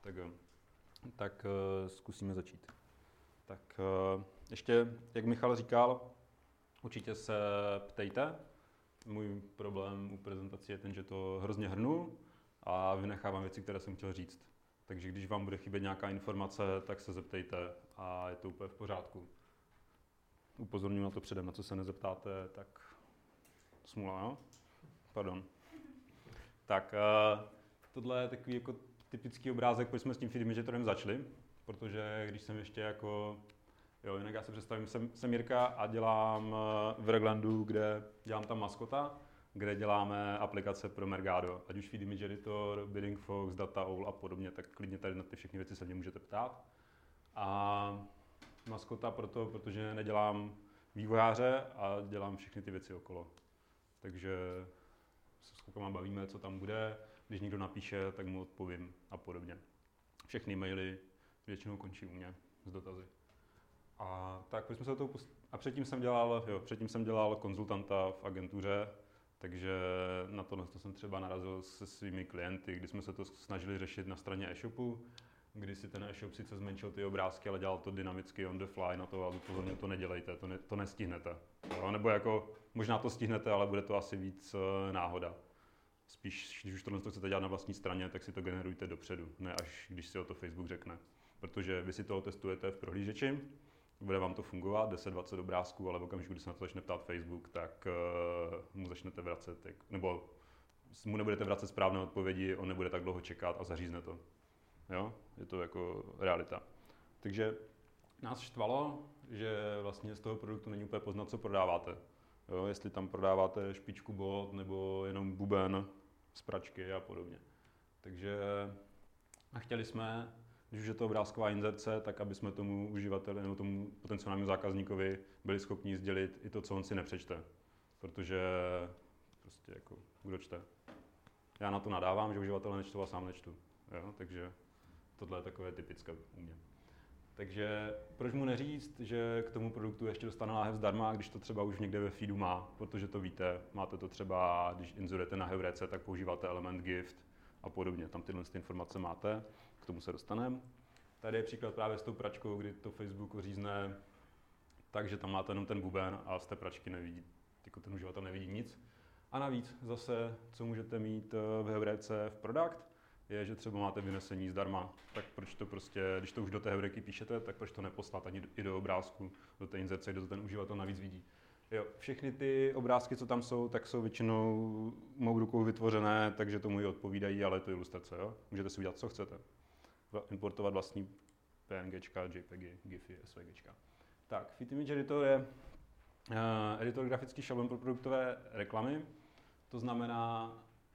Tak jo. Tak zkusíme začít. Tak ještě, jak Michal říkal, určitě se ptejte. Můj problém u prezentací je ten, že to hrozně hrnu a vynechávám věci, které jsem chtěl říct. Takže když vám bude chybět nějaká informace, tak se zeptejte a je to úplně v pořádku. Upozorňuji na to předem, na co se nezeptáte, tak smůla, jo? Pardon. Tak tohle je takový jako typický obrázek, proč jsme s tím feed imagatorem začali, protože když jsem ještě jako, jinak já se představím, jsem Jirka a dělám v Reglandu, kde dělám tam maskota, kde děláme aplikace pro Mergado, ať už feed image editor, Bidding Fox, Data Owl a podobně, tak klidně tady na ty všechny věci se mě můžete ptát. A maskota protože nedělám vývojáře a dělám všechny ty věci okolo. Takže se s klukama bavíme, co tam bude, když někdo napíše, tak mu odpovím a podobně. Všechny maily většinou končí u mě s dotazy. A tak jsme se toho předtím jsem dělal konzultanta v agentuře, takže na tohle jsem třeba narazil se svými klienty, kdy jsme se to snažili řešit na straně e-shopu, kdy si ten e-shop sice zmenšil ty obrázky, ale dělal to dynamicky on the fly na to a upozorně to nedělejte, to nestihnete. Jo? Nebo jako možná to stihnete, ale bude to asi víc náhoda. Spíš, když už tohle chcete dělat na vlastní straně, tak si to generujte dopředu, ne až když si o to Facebook řekne. Protože vy si toho testujete v prohlížeči, bude vám to fungovat, 10-20 obrázků, ale v okamžiku, kdy se na to začne ptát Facebook, tak mu začnete vracet, nebo mu nebudete vracet správné odpovědi, on nebude tak dlouho čekat a zařízne to. Jo? Je to jako realita. Takže nás štvalo, že vlastně z toho produktu není úplně poznat, co prodáváte. Jo? Jestli tam prodáváte špičku bot nebo jenom buben z pračky a podobně. Takže a chtěli jsme, když už je to obrázková inzerce, tak aby jsme tomu uživateli nebo tomu potenciálnímu zákazníkovi byli schopni sdělit i to, co on si nepřečte. Protože prostě jako kdo čte. Já na to nadávám, že uživatelé nečtou a sám nečtu. Jo? Takže tohle je takové typické u mě. Takže proč mu neříct, že k tomu produktu ještě dostane náhev zdarma, když to třeba už někde ve feedu má, protože to víte, máte to třeba, když inzerujete na Heurece, tak používáte element gift a podobně, tam tyhle informace máte, k tomu se dostaneme. Tady je příklad právě s tou pračkou, kdy to Facebook řízne tak, že tam máte jenom ten buben a z té pračky nevidí, jako ten uživatel nevidí nic. A navíc zase, co můžete mít v Heurece v product, je, že třeba máte vynesení zdarma, tak proč to prostě, když to už do té heureky píšete, tak proč to neposlat ani i do obrázku, do té inzerce, kde to ten uživatel navíc vidí. Jo, všechny ty obrázky, co tam jsou, tak jsou většinou mou rukou vytvořené, takže tomu i odpovídají, ale je to ilustrace, jo? Můžete si udělat, co chcete. Importovat vlastní PNGčka, JPEGy, GIFy, SVGčka. Tak, Feed Image Editor je editor grafický šablon pro produktové reklamy. To znamená,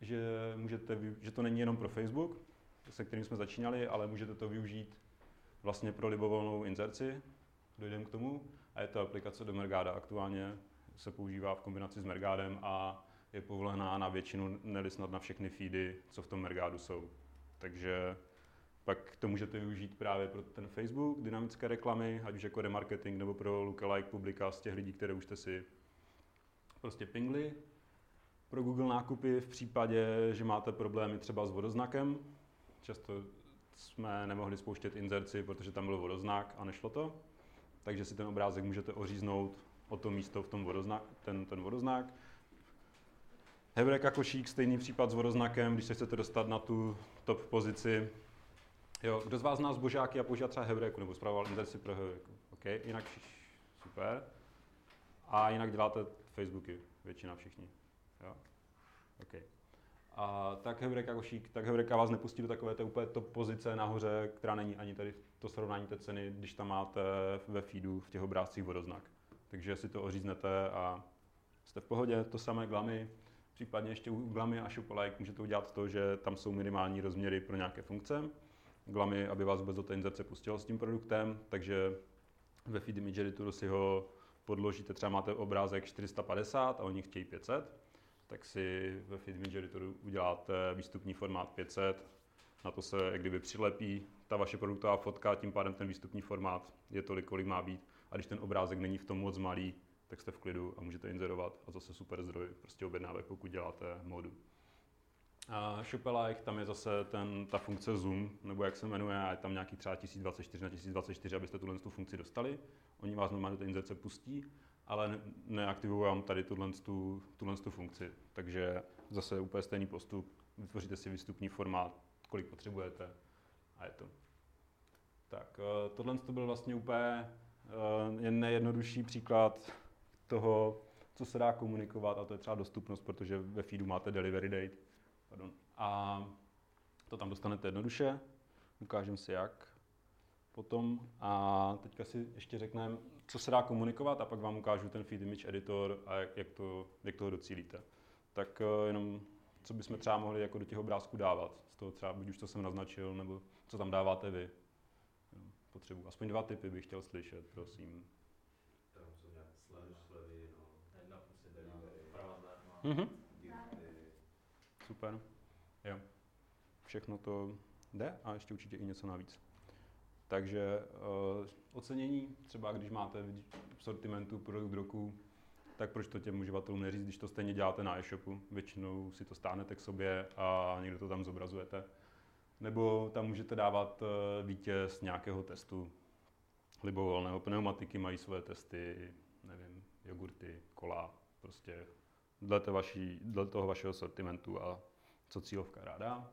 že to není jenom pro Facebook, se kterým jsme začínali, ale můžete to využít vlastně pro libovolnou inzerci, dojdeme k tomu, a je to aplikace do Mergada. Aktuálně se používá v kombinaci s Mergadem a je povolená na většinu, ne snad na všechny feedy, co v tom Mergadu jsou. Takže pak to můžete využít právě pro ten Facebook, dynamické reklamy, ať už jako remarketing nebo pro lookalike publika z těch lidí, které už jste si prostě pingli. Pro Google nákupy v případě, že máte problémy třeba s vodoznakem. Často jsme nemohli spouštět inzerci, protože tam byl vodoznak a nešlo to. Takže si ten obrázek můžete oříznout o to místo v tom ten vodoznak. Heureka košík, stejný případ s vodoznakem, když se chcete dostat na tu top pozici. Jo, kdo z vás zná zbožáky a používá třeba Heureku nebo spravoval inzerci pro Heureku? OK, jinak super. A jinak děláte Facebooky, většina všichni. Jo? OK. A tak Heureka košík, tak Heureka vás nepustí do takové té úplně top pozice nahoře, která není ani tady to srovnání té ceny, když tam máte ve feedu v těch obrázcích vodoznak. Takže si to oříznete a jste v pohodě. To samé glamy, případně ještě u glamy a shopalike můžete udělat to, že tam jsou minimální rozměry pro nějaké funkce. Glamy, aby vás vůbec do té inzerce pustilo s tím produktem, takže ve Feed Image Editoru si ho podložíte, třeba máte obrázek 450 a oni chtějí 500, tak si ve Feed Image Editoru uděláte výstupní formát 500, na to se jak kdyby přilepí ta vaše produktová fotka, tím pádem ten výstupní formát je tolik, kolik má být. A když ten obrázek není v tom moc malý, tak jste v klidu a můžete inzerovat a zase super zdroj prostě objednávek, pokud děláte módu. Shopify, tam je zase ta funkce Zoom, nebo jak se jmenuje, a je tam nějaký třeba 1024 na 1024, abyste tu funkci dostali. Oni vás normálně do té inzerce pustí, ale neaktivují vám tady tuhle funkci. Takže zase úplně stejný postup, vytvoříte si výstupní formát, kolik potřebujete a je to. Tak tohle to byl vlastně úplně nejjednodušší příklad toho, co se dá komunikovat, a to je třeba dostupnost, protože ve feedu máte delivery date. A to tam dostanete jednoduše, ukážeme si jak potom. A teďka si ještě řekneme, co se dá komunikovat, a pak vám ukážu ten feed image editor a jak toho docílíte. Tak jenom, co bychom třeba mohli jako do těch obrázků dávat, z toho třeba buď už co jsem naznačil, nebo co tam dáváte vy. Potřebuji. Aspoň 2 typy bych chtěl slyšet, prosím. Tam jsou nějak slevy, no. Jedna prostě delivery, pravá zdarma, gifty. Super. Jo. Všechno to jde a ještě určitě i něco navíc. Takže ocenění, třeba když máte v sortimentu produkt roku, tak proč to těm uživatelům neříct, když to stejně děláte na e-shopu. Většinou si to stáhnete k sobě a někdo to tam zobrazujete. Nebo tam můžete dávat vítěz nějakého testu libovolného. Pneumatiky mají své testy, nevím, jogurty, kola, prostě dle toho vašeho sortimentu a co cílovka ráda.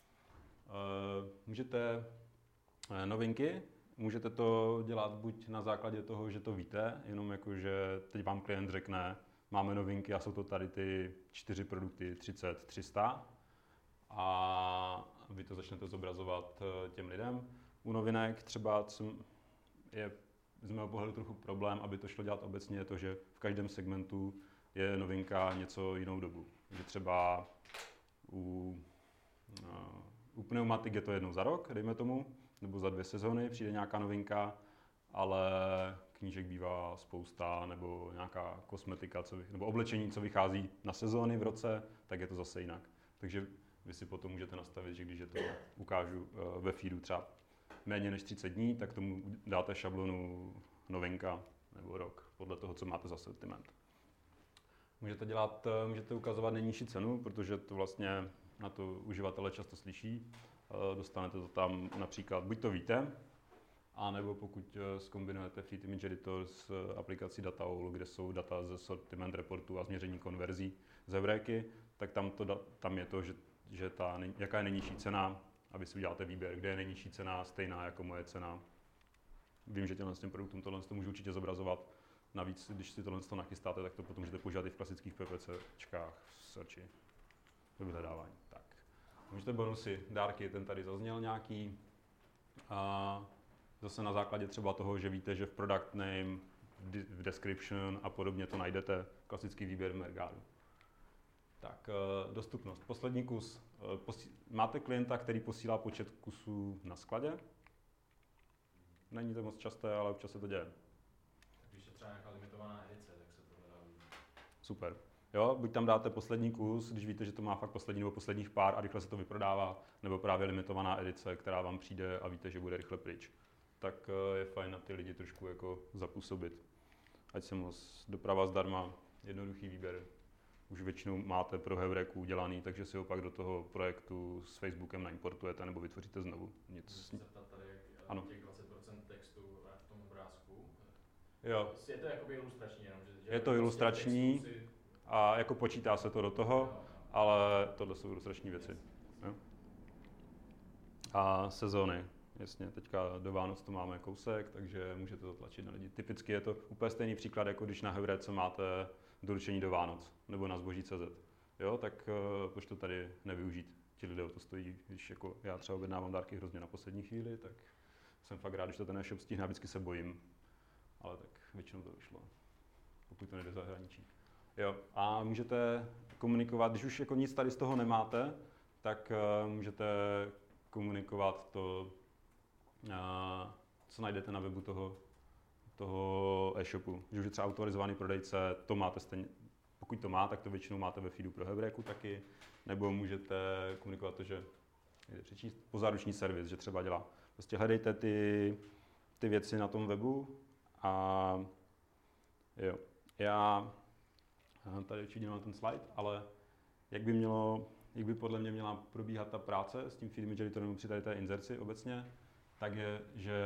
Můžete novinky, můžete to dělat buď na základě toho, že to víte, jenom jako, že teď vám klient řekne, máme novinky a jsou to tady ty 4 produkty 30, 300 a vy to začnete zobrazovat těm lidem. U novinek třeba, co je z mého pohledu trochu problém, aby to šlo dělat obecně, je to, že v každém segmentu je novinka něco jinou dobu. Že třeba u pneumatik je to jednou za rok, dejme tomu, nebo za 2 sezóny přijde nějaká novinka, ale knížek bývá spousta, nebo nějaká kosmetika, nebo oblečení, co vychází na sezóny v roce, tak je to zase jinak. Takže vy si potom můžete nastavit, že když je to ukážu ve feedu třeba méně než 30 dní, tak tomu dáte šablonu novinka nebo rok, podle toho, co máte za sortiment. Můžete ukazovat nejnižší cenu, protože to vlastně na to uživatelé často slyší. Dostanete to tam například, buď to víte, anebo pokud zkombinujete Feed Image Editor s aplikací DataOwl, kde jsou data ze sortiment reportu a změření konverzí z Heuréky, tak tam je to, že jaká je nejnižší cena, a vy si uděláte výběr, kde je nejnižší cena stejná jako moje cena. Vím, že s tím produktům tohle můžu určitě zobrazovat. Navíc, když si tohle nachystáte, tak to potom můžete používat i v klasických PPCčkách v searchi, ve vyhledávání. Tak. Můžete bonusy, dárky, ten tady zazněl nějaký. A zase na základě třeba toho, že víte, že v product name, v description a podobně to najdete, klasický výběr v Mergádu. Tak, dostupnost. Poslední kus. Máte klienta, který posílá počet kusů na skladě? Není to moc časté, ale občas se to děje. Když je třeba nějaká limitovaná edice, tak se to dá vidět. Super. Jo, buď tam dáte poslední kus, když víte, že to má fakt poslední nebo posledních pár a rychle se to vyprodává, nebo právě limitovaná edice, která vám přijde a víte, že bude rychle pryč. Tak je fajn na ty lidi trošku jako zapůsobit. Ať se moc doprava zdarma, jednoduchý výběr. Už většinou máte pro Heuréku udělaný, takže si ho pak do toho projektu s Facebookem naimportujete nebo vytvoříte znovu. Můžu se zeptat tady, ano. Těch 20% textu v tom obrázku. Jo. Je to jakoby ilustrační jenom? Že je to ilustrační a jako počítá se to do toho, ale tohle jsou ilustrační věci. Jo. A sezóny. Jasně, teďka do Vánoc to máme kousek, takže můžete to tlačit na lidi. Typicky je to úplně stejný příklad, jako když na Heuréce máte doručení do Vánoc nebo na zboží.cz. Jo, tak proč to tady nevyužít? Ti lidé o to stojí, když jako já třeba objednávám dárky hrozně na poslední chvíli, tak jsem fakt rád, když to ten e-shop stihne, a vždycky se bojím. Ale tak většinou to vyšlo, pokud to nejde zahraničí. Jo, a můžete komunikovat, když už jako nic tady z toho nemáte, tak můžete komunikovat to, co najdete na webu toho e-shopu. Když už je třeba autorizovaný prodejce, to máte stejně, pokud to má, tak to většinou máte ve feedu pro Heuréku taky, nebo můžete komunikovat to, že přečíst pozáruční servis, že třeba dělá. Prostě hledejte ty věci na tom webu a já tady určitě mám ten slide, ale jak jak by podle mě měla probíhat ta práce s tím feed image editorem při tady té inzerci obecně, tak je, že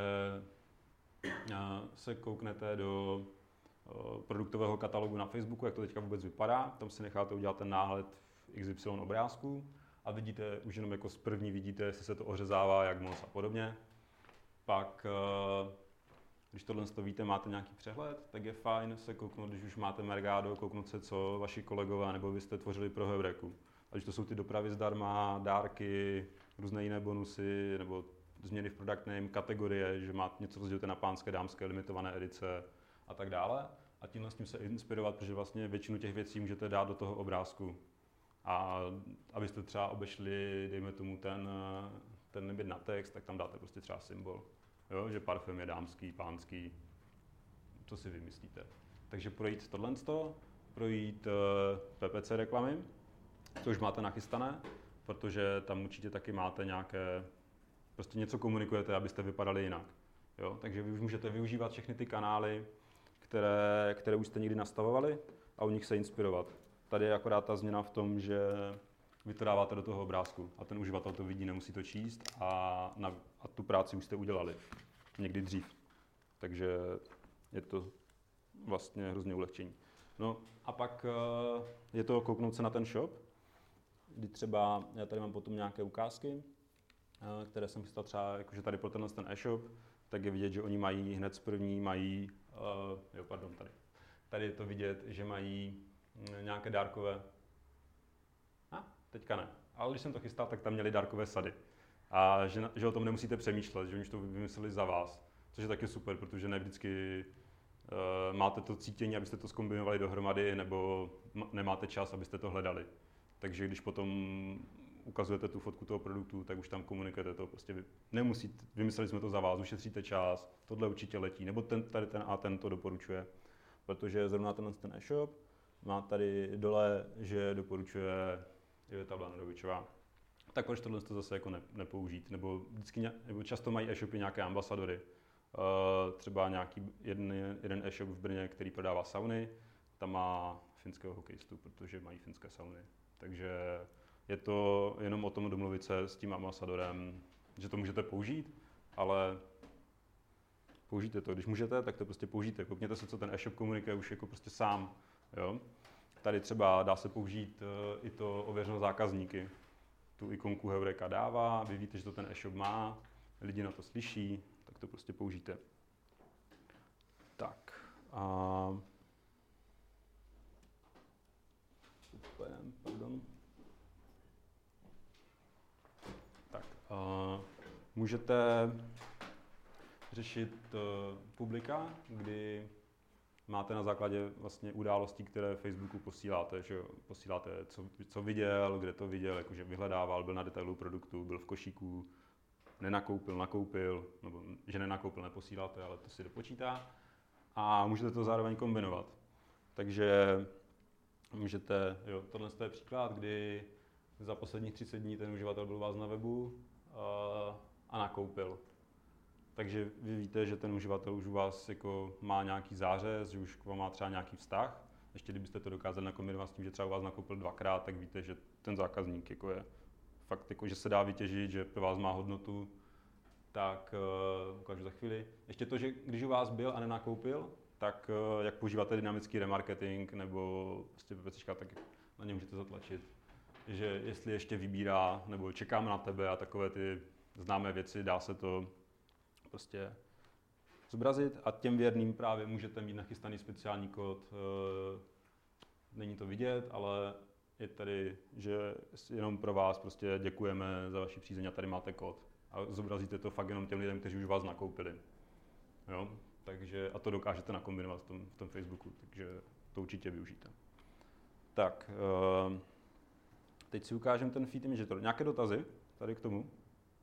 se kouknete do produktového katalogu na Facebooku, jak to teďka vůbec vypadá, tam si necháte udělat ten náhled v XY obrázku a vidíte, už jenom jako z první vidíte, jestli se to ořezává, jak moc a podobně. Pak, když tohle víte, máte nějaký přehled, tak je fajn se kouknout, když už máte Mergado, kouknout se, co vaši kolegové nebo vy jste tvořili pro Heureku. A když to jsou ty dopravy zdarma, dárky, různé jiné bonusy, nebo změny v product name, kategorie, že máte něco rozdělíte na pánské, dámské, limitované edice a tak dále. A tímhle s tím se inspirovat, protože vlastně většinu těch věcí můžete dát do toho obrázku. A abyste třeba obešli, dejme tomu, ten limit na text, tak tam dáte prostě třeba symbol. Jo? Že parfém je dámský, pánský, co si vymyslíte. Takže projít tohle, projít PPC reklamy, co už máte nachystané, protože tam určitě taky máte nějaké, prostě něco komunikujete, abyste vypadali jinak. Jo? Takže vy už můžete využívat všechny ty kanály, které už jste někdy nastavovali a u nich se inspirovat. Tady je akorát ta změna v tom, že vy to dáváte do toho obrázku a ten uživatel to vidí, nemusí to číst a tu práci už jste udělali někdy dřív. Takže je to vlastně hrozně ulehčení. No a pak je to kouknout se na ten shop, kdy třeba, já tady mám potom nějaké ukázky, které jsem chystal třeba, jakože tady pro ten e-shop, tak je vidět, že oni mají hned z první, tady je to vidět, že mají nějaké dárkové, teďka ne, ale když jsem to chystal, tak tam měli dárkové sady. A že o tom nemusíte přemýšlet, že oni už to vymysleli za vás, což je taky super, protože ne vždycky máte to cítění, abyste to zkombinovali dohromady, nebo nemáte čas, abyste to hledali. Takže když potom ukazujete tu fotku toho produktu, tak už tam komunikujete to, prostě nemusíte, vymysleli jsme to za vás, ušetříte čas, tohle určitě letí, nebo tady ten a ten to doporučuje, protože zrovna ten e-shop má tady dole, že doporučuje Iveta Blanovičová. Tak proč tohle to zase jako nepoužít, nebo často mají e-shopy nějaké ambasadory, třeba nějaký jeden e-shop v Brně, který prodává sauny, tam má finského hokejistu, protože mají finské sauny. Takže je to jenom o tom domluvit se s tím ambasadorem, že to můžete použít, ale použijte to. Když můžete, tak to prostě použijte. Koukněte se, co ten e-shop komunikuje už jako prostě sám. Jo? Tady třeba dá se použít i to ověřeno zákazníky. Tu ikonku Heureka dává, vy víte, že to ten e-shop má, lidi na to slyší, tak to prostě použijte. Tak. Pardon. Tak. Můžete řešit publika, kdy máte na základě vlastně událostí, které Facebooku posíláte, že posíláte, co viděl, kde to viděl, jakože vyhledával, byl na detailu produktu, byl v košíku, nakoupil, nebo že nenakoupil, neposíláte, ale to si dopočítá. A můžete to zároveň kombinovat. Takže můžete, tohle je příklad, kdy za posledních 30 dní ten uživatel byl u vás na webu a nakoupil. Takže vy víte, že ten uživatel už u vás jako má nějaký zářez, že už k vám má třeba nějaký vztah. Ještě kdybyste to dokázali nakombinovat s tím, že třeba u vás nakoupil 2krát, tak víte, že ten zákazník jako je fakt, jako, že se dá vytěžit, že pro vás má hodnotu. Tak ukážu za chvíli. Ještě to, že když u vás byl a nenakoupil, tak jak používáte dynamický remarketing nebo prostě PPCčka, tak na ně můžete zatlačit. Že jestli ještě vybírá nebo čekáme na tebe a takové ty známé věci, dá se to prostě zobrazit a těm věrným právě můžete mít nachystaný speciální kód. Není to vidět, ale je tady, že jenom pro vás prostě děkujeme za vaši přízeň a tady máte kód. A zobrazíte to fakt jenom těm lidem, kteří už vás nakoupili. Jo? Takže, a to dokážete nakombinovat v tom Facebooku, takže to určitě využijte. Tak, teď si ukážeme ten feed imagetor. Nějaké dotazy tady k tomu?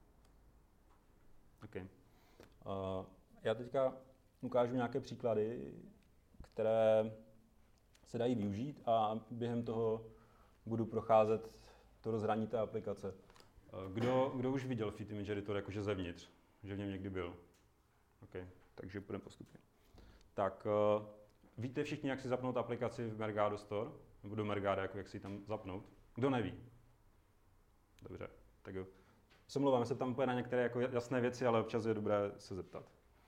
Okay. Já teďka ukážu nějaké příklady, které se dají využít a během toho budu procházet to rozhraní té aplikace. Kdo už viděl feed image editor jakože zevnitř? Že v něm někdy byl? OK, takže půjdeme postupně. Tak víte všichni, jak si zapnout aplikaci v Mergado Store? Nebo do Mergada, jak si ji tam zapnout? Kdo neví? Dobře, tak jo. Se mluvám, se tam úplně na některé jako jasné věci, ale občas je dobré se zeptat.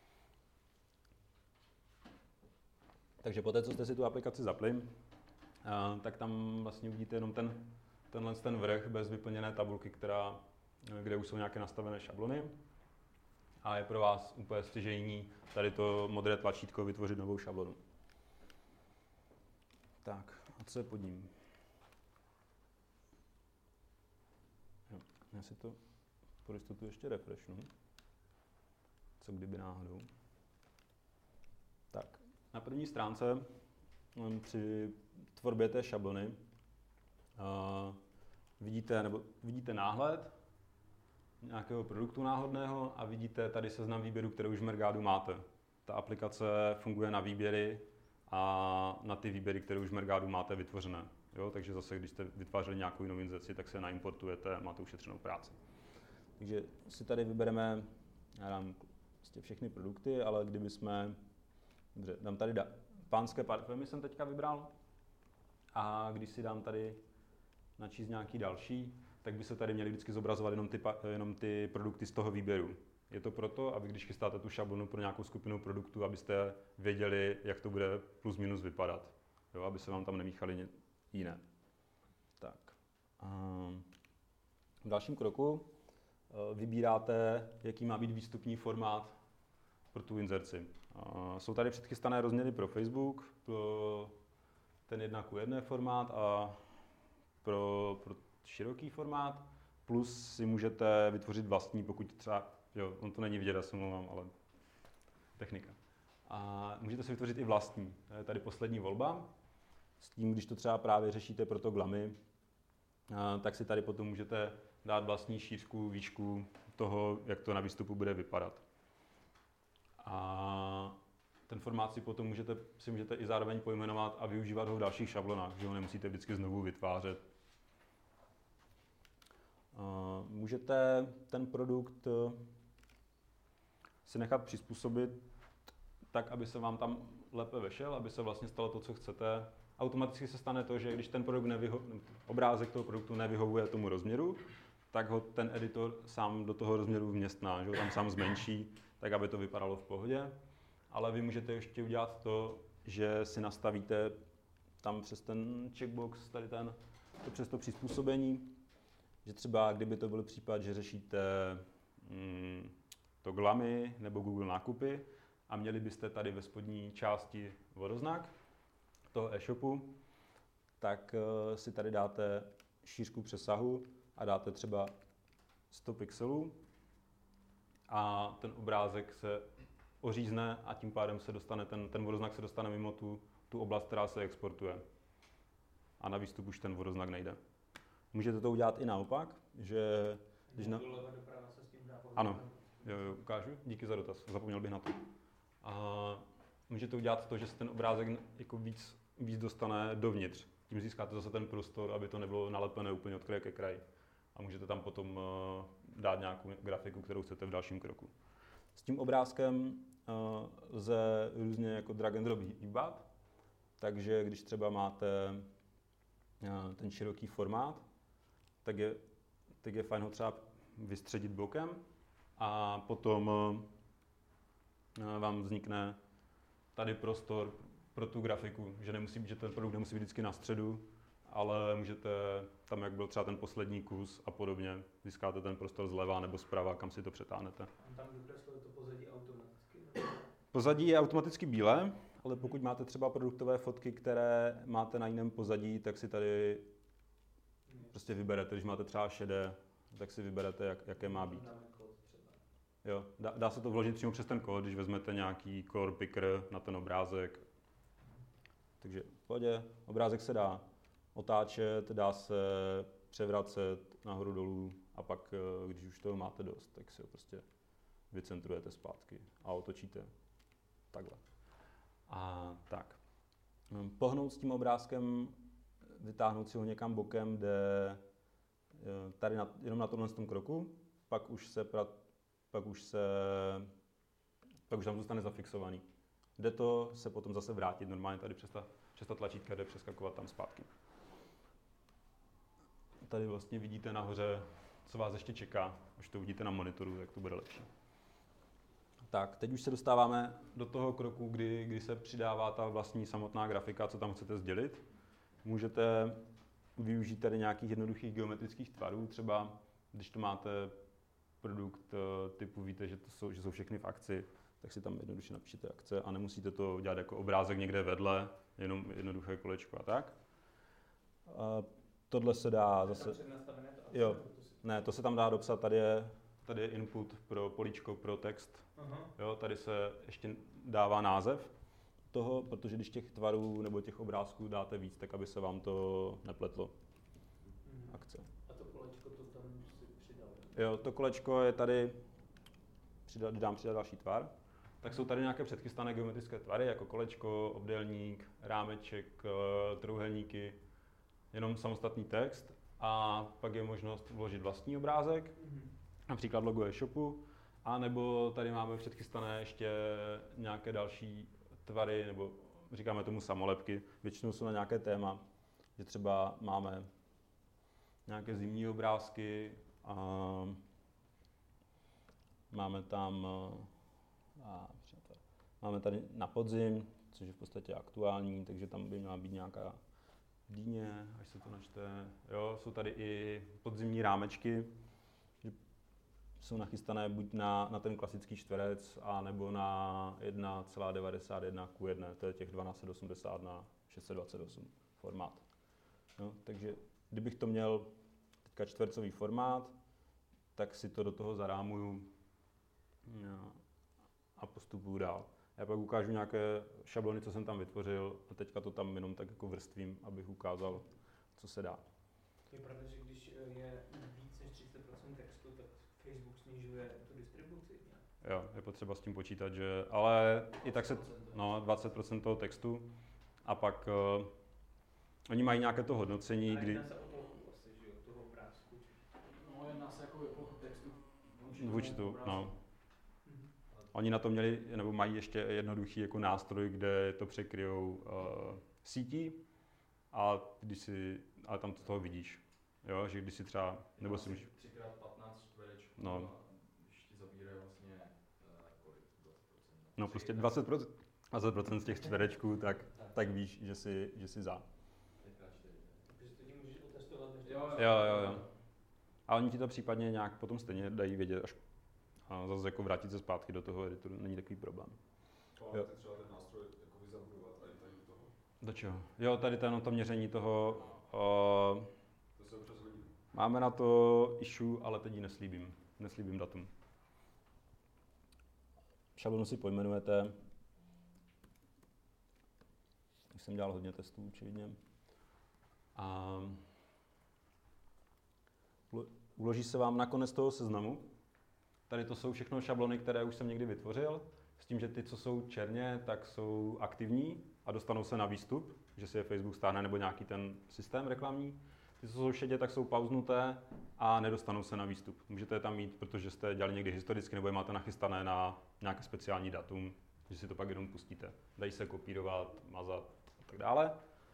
Takže poté, co jste si tu aplikaci zapli, tak tam vlastně uvidíte jenom ten vrch bez vyplněné tabulky, kde už jsou nějaké nastavené šablony. A je pro vás úplně stěžejní tady to modré tlačítko vytvořit novou šablonu. Tak, a co je pod ním? Jo, já si to pro jistotu ještě refreshnu. Co kdyby náhodou. Tak, na první stránce při tvorbě té šablony vidíte náhled nějakého produktu náhodného a vidíte tady seznam výběrů, které už v Mergádu máte. Ta aplikace funguje na výběry a na ty výběry, které už v Mergádu máte vytvořené. Jo? Takže zase, když jste vytvářeli nějakou jinou inzerci, tak se naimportujete a máte ušetřenou práci. Takže si tady vybereme, já dám prostě všechny produkty, ale dobře, dám tady pánské parfémy jsem teďka vybral a když si dám tady načíst nějaký další, tak by se tady měly vždycky zobrazovat jenom ty produkty z toho výběru. Je to proto, aby když chystáte tu šablonu pro nějakou skupinu produktů, abyste věděli, jak to bude plus minus vypadat. Jo, aby se vám tam nemíchaly jiné. Tak. V dalším kroku vybíráte, jaký má být výstupní formát pro tu inzerci. Jsou tady předchystané rozměry pro Facebook, pro ten 1:1 formát a pro široký formát, plus si můžete vytvořit vlastní, pokud třeba, on to není vidět, já se mluvám, ale technika. A můžete si vytvořit i vlastní. To je tady poslední volba. S tím, když to třeba právě řešíte pro to glamy, tak si tady potom můžete dát vlastní šířku, výšku toho, jak to na výstupu bude vypadat. A ten formát si potom můžete i zároveň pojmenovat a využívat ho v dalších šablonách, že ho nemusíte vždycky znovu vytvářet. Můžete ten produkt si nechat přizpůsobit tak, aby se vám tam lépe vešel, aby se vlastně stalo to, co chcete. Automaticky se stane to, že když ten obrázek toho produktu nevyhovuje tomu rozměru, tak ho ten editor sám do toho rozměru vměstná, že ho tam sám zmenší, tak aby to vypadalo v pohodě. Ale vy můžete ještě udělat to, že si nastavíte tam přes ten checkbox, přes to přizpůsobení, že třeba kdyby to byl případ, že řešíte to glamy nebo Google nákupy a měli byste tady ve spodní části vodoznak toho e-shopu, tak si tady dáte šířku přesahu a dáte třeba 100 pixelů a ten obrázek se ořízne a tím pádem se dostane ten vodoznak se dostane mimo tu oblast, která se exportuje. A na výstup už ten vodoznak nejde. Můžete to udělat i naopak, že... Ano, jo, ukážu. Díky za dotaz, zapomněl bych na to. A můžete udělat to, že se ten obrázek jako víc dostane dovnitř. Tím získáte zase ten prostor, aby to nebylo nalepené úplně od kraje ke kraji. A můžete tam potom dát nějakou grafiku, kterou chcete v dalším kroku. S tím obrázkem lze různě jako drag and drop hýbat, takže když třeba máte ten široký formát, tak je fajn ho třeba vystředit bokem a potom vám vznikne tady prostor pro tu grafiku, že ten produkt nemusí být vždycky na středu, ale můžete tam, jak byl třeba ten poslední kus a podobně, získáte ten prostor zleva nebo zprava, kam si to přetáhnete. A tam vykresluje to pozadí automaticky? Pozadí je automaticky bílé, ale pokud máte třeba produktové fotky, které máte na jiném pozadí, tak si tady prostě vyberete. Když máte třeba šedé, tak si vyberete, jaké má být. Jo, dá se to vložit přímo přes ten kód, když vezmete nějaký color picker na ten obrázek. Takže v pohodě, obrázek se dá otáčet, dá se převracet nahoru dolů a pak, když už toho máte dost, tak si ho prostě vycentrujete zpátky a otočíte takhle. A tak. Pohnout s tím obrázkem, vytáhnout si ho někam bokem, jde tady jenom na tomhle kroku, pak už tam zůstane zafixovaný. Jde to se potom zase vrátit normálně tady přes ta tlačítka, jde přeskakovat tam zpátky. Tady vlastně vidíte nahoře co vás ještě čeká. Až to uvidíte na monitoru, tak to bude lepší. Tak, teď už se dostáváme do toho kroku, kdy se přidává ta vlastní samotná grafika, co tam chcete sdělit. Můžete využít tady nějakých jednoduchých geometrických tvarů, třeba když to máte produkt typu, víte, že jsou všechny v akci, tak si tam jednoduše napíšete akce a nemusíte to dělat jako obrázek někde vedle, jenom jednoduché kolečko a tak. Tohle se dá zase... Jo, ne, to se tam dá dopsat, tady je input pro políčko pro text. Jo, tady se ještě dává název toho, protože když těch tvarů nebo těch obrázků dáte víc, tak aby se vám to nepletlo. Akce. A to kolečko to tam si přidal? Jo, to kolečko je tady, dám přidat další tvar. Tak jsou tady nějaké předchystané geometrické tvary, jako kolečko, obdélník, rámeček, trojúhelníky, jenom samostatný text a pak je možnost vložit vlastní obrázek, například logo e-shopu, a nebo tady máme předchystané ještě nějaké další tvary, nebo říkáme tomu samolepky, většinou jsou na nějaké téma, že třeba máme nějaké zimní obrázky a máme tam máme tady na podzim, což je v podstatě aktuální, takže tam by měla být nějaká dýně, až se to načte. Jo, jsou tady i podzimní rámečky, že jsou nachystané buď na ten klasický čtverec, a nebo na 1,91:1, to je těch 1280 na 628 formát. No, takže kdybych to měl teďka čtvercový formát, tak si to do toho zarámuju a postupuju dál. Já pak ukážu nějaké šablony, co jsem tam vytvořil, a teďka to tam jenom tak jako vrstvím, abych ukázal, co se dá. Je pravda, že když je víc než 30% textu, tak Facebook snižuje tu distribuci? Ne? Jo, je potřeba s tím počítat, že, ale i tak se, 20% toho textu, a pak oni mají nějaké to hodnocení, a kdy... jedná se o plochu vlastně, že jo, toho obrázku? No, jedná se jako o plochu textu. Vůči tu, no. Oni na to měli, nebo mají ještě jednoduchý jako nástroj, kde to překryjou sítí, a ale tam to toho vidíš. Jo, že když si třeba, nebo si můžeš... 3x15 čtverečků, no. A když ti zabírají vlastně kolik? 20%? No prostě 20% z těch čtverečků, tak víš, že si za. 5x4. Takže to ti můžeš otestovat. Jo. A oni ti to případně nějak potom stejně dají vědět, až a zase jako vrátit se zpátky do toho editoru, není takový problém. Jo. Ty třeba ten nástroj jako zabudovat tady do toho. Do čeho? Jo, tady to měření toho. To se občas hodí. Máme na to issue, ale teď ji neslíbím. Neslíbím datum. Šablonu si pojmenujete. Už jsem dělal hodně testů, očividně. A uloží se vám na konec toho seznamu. Tady to jsou všechno šablony, které už jsem někdy vytvořil, s tím, že ty, co jsou černě, tak jsou aktivní a dostanou se na výstup, že si je Facebook stáhne, nebo nějaký ten systém reklamní. Ty, co jsou šedě, tak jsou pauznuté a nedostanou se na výstup. Můžete je tam mít, protože jste dělali někdy historicky, nebo je máte nachystané na nějaké speciální datum, že si to pak jenom pustíte. Dají se kopírovat, mazat a tak dále.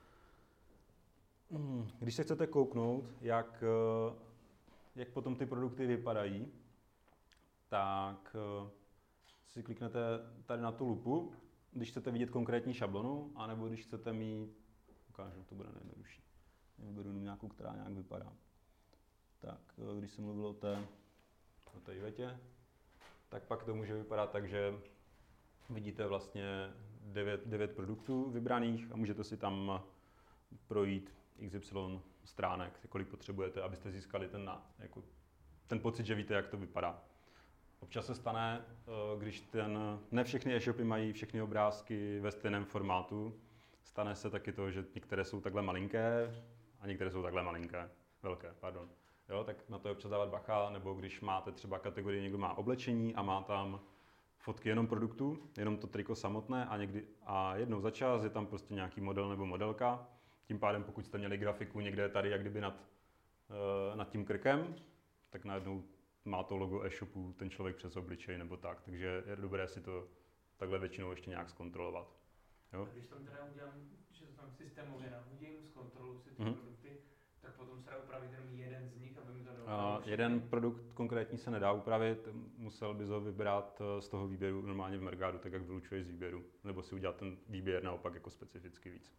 Když se chcete kouknout, jak potom ty produkty vypadají, tak si kliknete tady na tu lupu, když chcete vidět konkrétní šablonu, anebo když chcete mít, ukážu, to bude nejjednodušší. Vyberu nějakou, která nějak vypadá. Tak, když jsem mluvil o té větě, tak pak to může vypadat tak, že vidíte vlastně 9 produktů vybraných a můžete si tam projít XY stránek, kolik potřebujete, abyste získali ten pocit, že víte, jak to vypadá. Občas se stane, když ne všechny e-shopy mají všechny obrázky ve stejném formátu, stane se taky to, že některé jsou takhle malinké a některé jsou takhle velké. Jo, tak na to je občas dávat bacha, nebo když máte třeba kategorii, někdo má oblečení a má tam fotky jenom produktů, jenom to triko samotné, a jednou za čas je tam prostě nějaký model nebo modelka. Tím pádem, pokud jste měli grafiku někde tady, jak kdyby nad tím krkem, tak najednou má to logo e-shopu ten člověk přes obličej nebo tak, takže je dobré si to takhle většinou ještě nějak zkontrolovat. Jo? A když tam teda udělám, že to tam systémově nahodím, zkontroluji si ty produkty, Tak potom se dá upravit jenom jeden z nich, aby mi to dalo. Jeden produkt konkrétní se nedá upravit, musel bys ho vybrat z toho výběru normálně v Mercadu, tak jak vylučuješ z výběru, nebo si udělat ten výběr naopak jako specificky víc.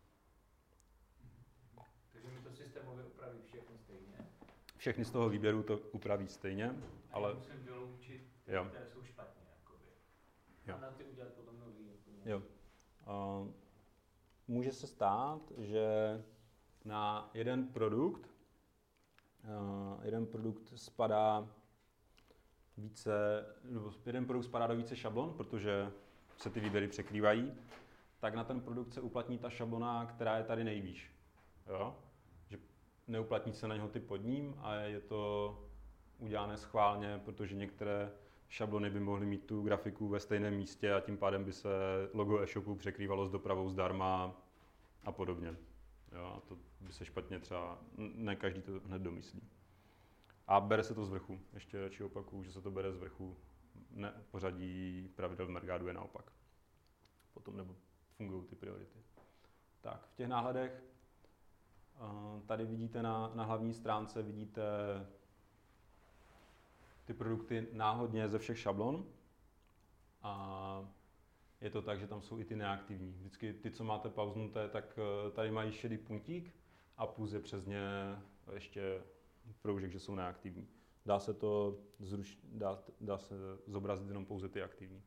Takže mi to systémově upraví všechno stejně. Všechny z toho výběru to upraví stejně, ale... musím vyloučit, jo. které jsou špatně, jakoby. Jo. A na ty udělat potom nový. Jo. Může se stát, že na jeden produkt spadá více, nebo jeden produkt spadá do více šablon, protože se ty výběry překrývají, tak na ten produkt se uplatní ta šablona, která je tady nejvýš. Jo? Že neuplatní se na něho ty pod ním a je to udělané schválně, protože některé šablony by mohly mít tu grafiku ve stejném místě a tím pádem by se logo e-shopu překrývalo s dopravou zdarma a podobně. Jo, a to by se špatně třeba, ne každý to hned domyslí. A bere se to z vrchu. Ještě radši opakuju, že se to bere z vrchu. Ne, pořadí pravidel v Mercadu je naopak. Potom nebo fungují ty priority. Tak, v těch náhledech tady vidíte na hlavní stránce vidíte ty produkty náhodně ze všech šablon. A je to tak, že tam jsou i ty neaktivní. Vždycky ty, co máte pauznuté, tak tady mají šedý puntík a plus je přes ně ještě proužek, že jsou neaktivní. Dá se to dá se zobrazit jenom pouze ty aktivní.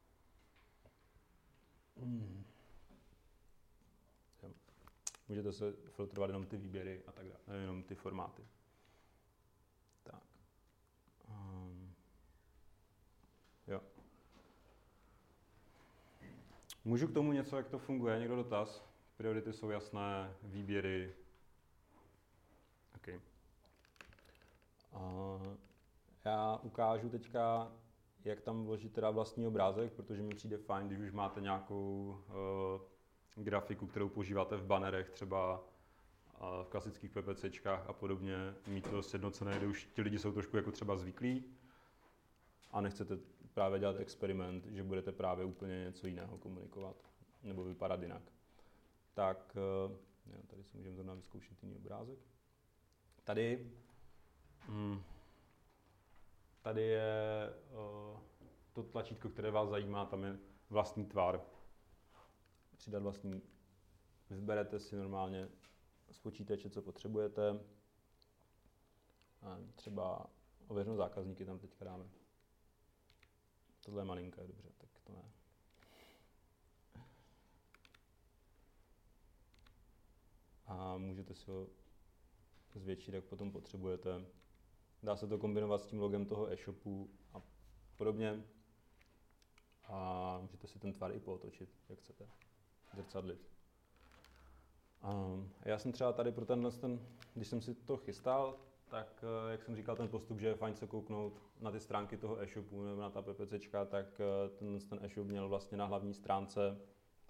Jo. Můžete se filtrovat jenom ty výběry a tak dále, jenom ty formáty. Tak. Jo. Můžu k tomu něco, jak to funguje? Někdo dotaz? Priority jsou jasné, výběry. Okay. Já ukážu teďka, jak tam vložit teda vlastní obrázek, protože mi přijde fajn, když už máte nějakou grafiku, kterou používáte v bannerech, třeba v klasických PPCčkách a podobně, mít to sjednocené, kde už ti lidi jsou trošku jako třeba zvyklí a nechcete právě dělat experiment, že budete právě úplně něco jiného komunikovat nebo vypadat jinak. Tak jo, tady si můžeme zrovna vyzkoušet jiný obrázek. Tady je to tlačítko, které vás zajímá, tam je vlastní tvar. Přidat vlastní. Vyberete si normálně z počítače, co potřebujete. A třeba ověřenou zákazníky tam teďka dáme. Tohle je malinké, dobře, tak to ne. A můžete si ho zvětšit, jak potom potřebujete. Dá se to kombinovat s tím logem toho e-shopu a podobně. A můžete si ten tvar i pootočit, jak chcete. Zrcadlit. Já jsem třeba tady pro když jsem si to chystal, tak jak jsem říkal ten postup, že je fajn se kouknout na ty stránky toho e-shopu nebo na ta PPCčka, tak ten e-shop měl vlastně na hlavní stránce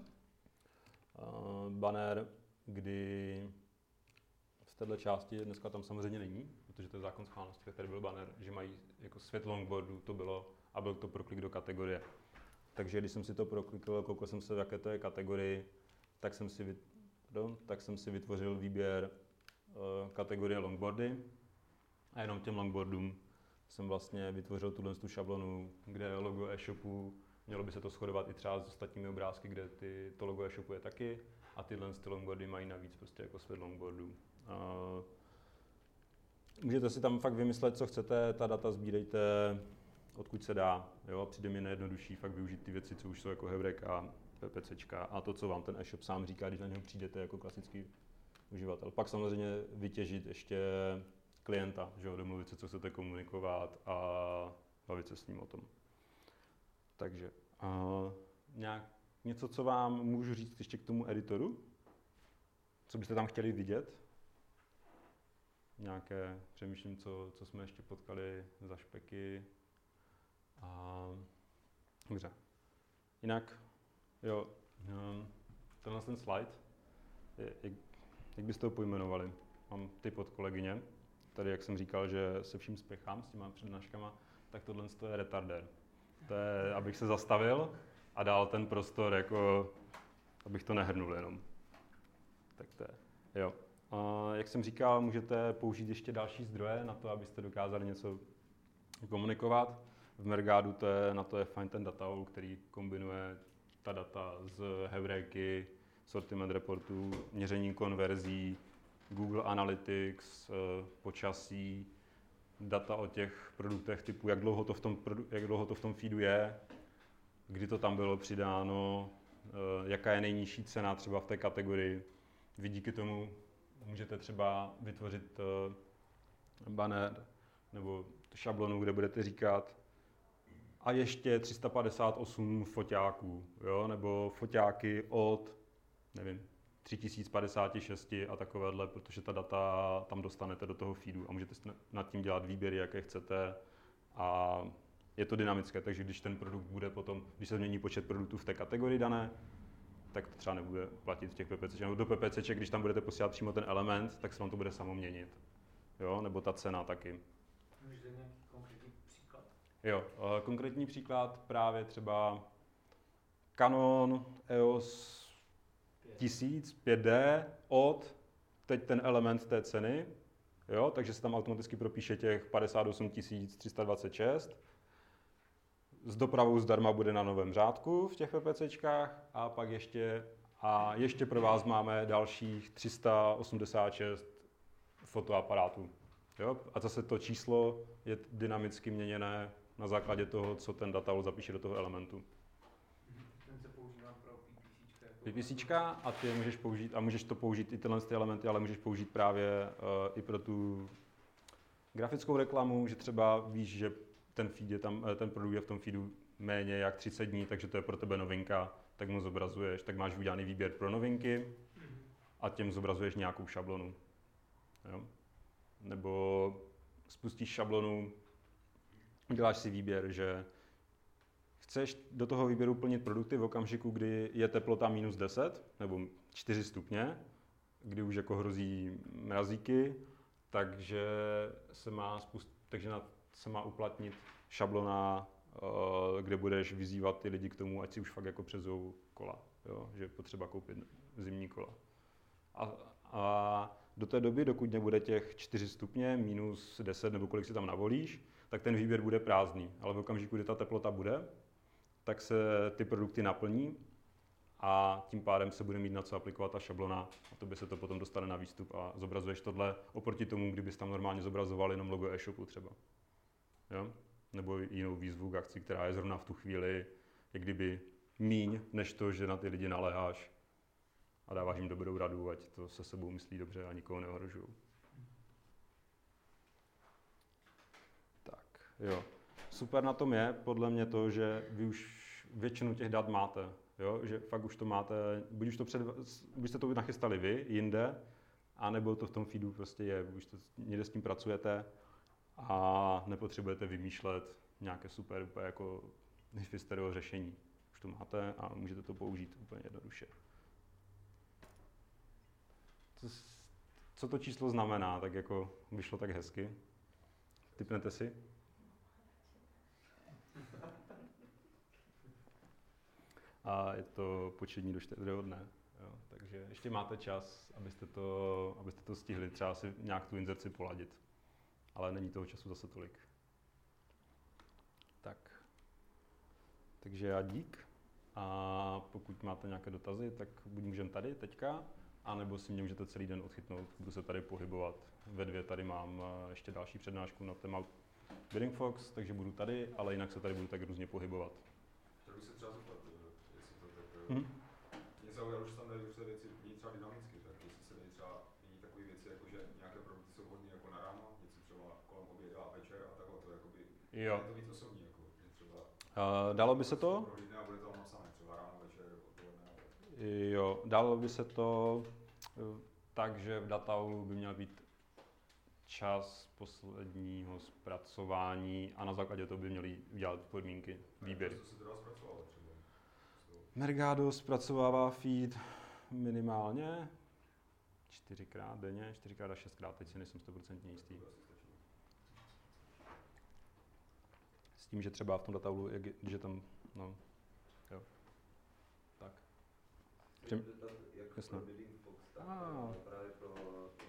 banner, kdy v této části, dneska tam samozřejmě není, protože to je zákon schválnosti, tady byl banner, že mají jako svět longboardu, to bylo a byl to proklik do kategorie. Takže když jsem si to proklikl, koukal jsem se, v jaké to je kategorii, tak jsem si vytvořil výběr kategorie longboardy a jenom těm longboardům jsem vlastně vytvořil tu šablonu, kde je logo e-shopu, mělo by se to shodovat i třeba s ostatními obrázky, kde to logo e-shopu je taky a tyhle longboardy mají navíc prostě jako svět longboardů. Můžete si tam fakt vymyslet, co chcete, ta data sbírejte, odkud se dá. Jo? Přijde mi nejjednodušší fakt využít ty věci, co už jsou jako Hebrek a PPCčka a to, co vám ten e-shop sám říká, když na něho přijdete jako klasický uživatel. Pak samozřejmě vytěžit ještě klienta, že jo? Domluvit se, co chcete komunikovat a bavit se s ním o tom. Takže něco, co vám můžu říct ještě k tomu editoru? Co byste tam chtěli vidět? Nějaké, přemýšlím, co jsme ještě potkali za špeky. Dobře. Jinak, jo, tenhle ten slide, jak byste ho pojmenovali? Mám tip od kolegyně. Tady, jak jsem říkal, že se vším spěchám s těma přednáškama, tak tohle je retardér. To je, abych se zastavil a dal ten prostor, jako, abych to nehrnul jenom. Tak to je, jo. Jak jsem říkal, můžete použít ještě další zdroje na to, abyste dokázali něco komunikovat. V Mergadu na to je fajn ten dataol, který kombinuje ta data z heuréky, sortiment reportů, měření konverzí, Google Analytics, počasí, data o těch produktech typu, jak dlouho to v tom feedu je, kdy to tam bylo přidáno, jaká je nejnižší cena třeba v té kategorii. Vy díky tomu můžete třeba vytvořit banner nebo šablonu, kde budete říkat a ještě 358 foťáků, jo? Nebo foťáky od, nevím, 3056 a takovéhle, protože ta data tam dostanete do toho feedu a můžete nad tím dělat výběry, jaké chcete a je to dynamické, takže když ten produkt bude potom, když se změní počet produktů v té kategorii dané, tak to třeba nebude platit v těch PPCček. Nebo do PPCček, když tam budete posílat přímo ten element, tak se vám to bude samo měnit. Jo? Nebo ta cena taky. Můžete nějaký konkrétní příklad? Jo, konkrétní příklad právě třeba Canon EOS 1000 5D od teď ten element té ceny, jo? Takže se tam automaticky propíše těch 58 326. S dopravou zdarma bude na novém řádku v těch PPCčkách a pak ještě pro vás máme dalších 386 fotoaparátů. Jo? A zase to číslo je dynamicky měněné na základě toho, co ten dataol zapíše do toho elementu. Ten se používá pro PPCčka. PPCčka a ty můžeš použít, a můžeš to použít i tyhle elementy, ale můžeš použít právě i pro tu grafickou reklamu, že třeba víš, že ten feed je tam, ten produkt je v tom feedu méně jak 30 dní, takže to je pro tebe novinka, tak mu zobrazuješ, tak máš udělaný výběr pro novinky a těm zobrazuješ nějakou šablonu. Jo? Nebo spustíš šablonu, uděláš si výběr, že chceš do toho výběru plnit produkty v okamžiku, kdy je teplota minus 10 nebo 4 stupně, kdy už jako hrozí mrazíky, takže se má uplatnit šablona, kde budeš vyzývat ty lidi k tomu, ať si už fakt jako přezou kola, jo? Že je potřeba koupit zimní kola. A do té doby, dokud nebude těch 4 stupně, minus 10 nebo kolik si tam navolíš, tak ten výběr bude prázdný. Ale v okamžiku, kdy ta teplota bude, tak se ty produkty naplní a tím pádem se bude mít na co aplikovat ta šablona a to by se to potom dostane na výstup a zobrazuješ tohle oproti tomu, kdybys tam normálně zobrazoval jenom logo e-shopu třeba. Jo? Nebo jinou výzvu k akci, která je zrovna v tu chvíli, jak kdyby míň, než to, že na ty lidi naléháš a dáváš jim dobrou radu, ať to se sebou myslí dobře a nikoho neohrožují. Tak, jo. Super na tom je podle mě to, že vy už většinu těch dat máte, jo? Že fakt už to máte, buď jste to nachystali vy jinde, anebo to v tom feedu prostě je, už to, někde s tím pracujete a nepotřebujete vymýšlet nějaké super úplně jako hystereo řešení. Už to máte a můžete to použít úplně jednoduše. Co to číslo znamená, tak jako vyšlo tak hezky. Tipnete si? A je to početní do 4. dne. Jo. Takže ještě máte čas, abyste to stihli, třeba si nějak tu inzerci poladit. Ale není toho času zase tolik. Tak. Takže já dík. A pokud máte nějaké dotazy, tak buď můžeme tady teďka, anebo si mě můžete celý den odchytnout. Budu se tady pohybovat. Ve 2 tady mám ještě další přednášku na téma Bidding Fox, takže budu tady, ale jinak se tady budu tak různě pohybovat. Chtěl bych se třeba zeptat, jestli to tak... Mě zaujalo, že tam dají určité věci mění třeba dynamicky, tak jestli se dají třeba mění takové věci, jako že nějaké produkty jsou vhodné jako na ráno, něco třeba kolem oběda a večer a takhle, to jakoby, jo. je to víc osobní, jako, že třeba... Dalo by se to? Prohlídne a bude to napsané, třeba ráno, večer, odpoledne. Jo, dalo by se to tak, že v dataolu by měl být čas posledního zpracování a na základě toho by měli udělat podmínky výběry. Co se teda zpracovalo třeba? Mergado zpracovává feed minimálně 4x denně, 4x a 6x, teď si nejsem 100% jistý. S tím, že třeba v tom dataolu, když je tam, no, jo, tak. Jak Jasně. pro Bidding Fox, tak právě pro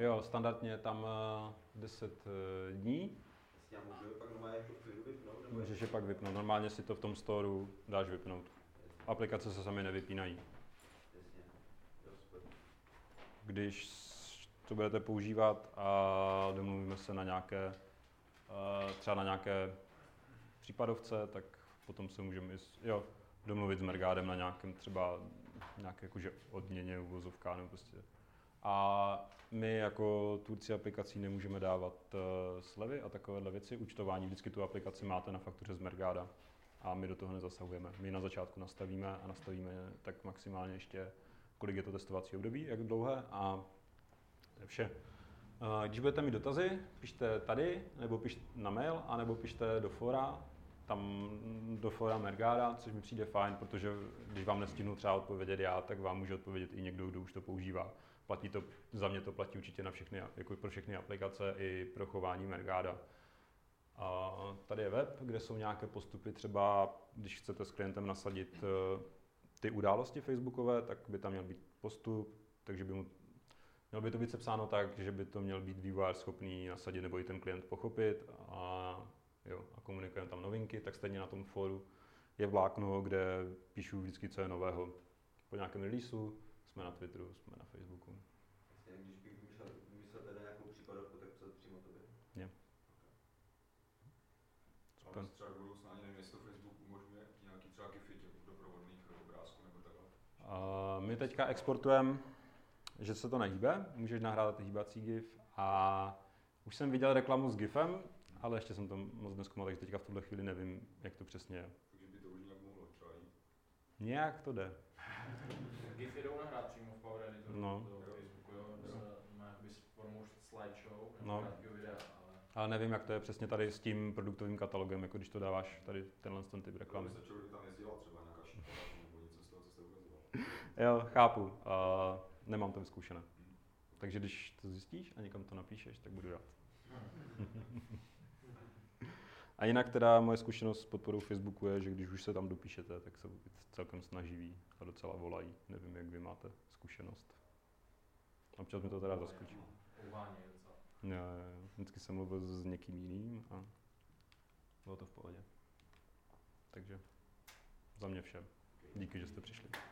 Jo, standardně tam 10 dní. Já můžu je pak normálně jako chvíli vypnout? Nebo Můžeš je pak vypnout. Normálně si to v tom storu dáš vypnout. Aplikace se sami nevypínají. Jasně. Jo, super. Když to budete používat a domluvíme se na nějaké, třeba na nějaké případovce, tak potom se můžeme domluvit s Mergádem na nějakém třeba nějaké jakože odměně, uvozovka nebo prostě. A my jako tvůrci aplikací nemůžeme dávat slevy a takovéhle věci. Účtování vždycky tu aplikaci máte na faktuře z Mergáda a my do toho nezasahujeme. My na začátku nastavíme a nastavíme tak maximálně ještě, kolik je to testovací období, jak dlouhé a to je vše. Když budete mít dotazy, pište tady, nebo pište na mail, anebo pište do fora, tam do fora Mergáda, což mi přijde fajn, protože když vám nestihnu třeba odpovědět já, tak vám může odpovědět i někdo, kdo už to používá. Platí to, za mě to platí určitě na všechny, jako pro všechny aplikace i pro chování Mergáda. A tady je web, kde jsou nějaké postupy, třeba když chcete s klientem nasadit ty události facebookové, tak by tam měl být postup, takže by mělo by to být sepsáno tak, že by to měl být vývojář schopný nasadit nebo i ten klient pochopit a komunikujeme tam novinky, tak stejně na tom fóru je vlákno, kde píšu vždycky, co je nového. Po nějakém releaseu jsme na Twitteru, jsme na Facebooku. Když bych vymyslel teda nějakou případovku, tak psat přímo tobě? Je. Ale třeba do budoucna ani nevím, jestli to Facebook umožňuje nějaký třeba gify doprovodných obrázků nebo takhle. My teďka exportujeme, že se to nehýbe, můžeš nahrát hýbací gif a už jsem viděl reklamu s gifem, ale ještě jsem to moc nezkoumal, takže teďka v tuhle chvíli nevím, jak to přesně je. Takže by to už nějak mohlo třeba jít. Nějak to jde. Gify jdou nahrát přímo v Power Editoru No. do Facebooku, jo? Má jakoby s formou slideshow, No. krátkého videa, ale... Ale nevím, jak to je přesně tady s tím produktovým katalogem, jako když to dáváš tady ten typ reklamy. To by stačilo, kdyby tam jezdila třeba nějaká šípka nebo něco z toho, co jste ukazoval. Jo, chápu. Nemám to vyzkoušené. Takže když to zjistíš a někam to napíšeš, tak budu rád. A jinak teda moje zkušenost s podporou Facebooku je, že když už se tam dopíšete, tak se celkem snaživí a docela volají. Nevím, jak vy máte zkušenost. Občas mi to teda zaskočí. Pouvání docela. Jo. Vždycky jsem mluvil s někým jiným a bylo to v pohodě. Takže za mě vše. Díky, že jste přišli.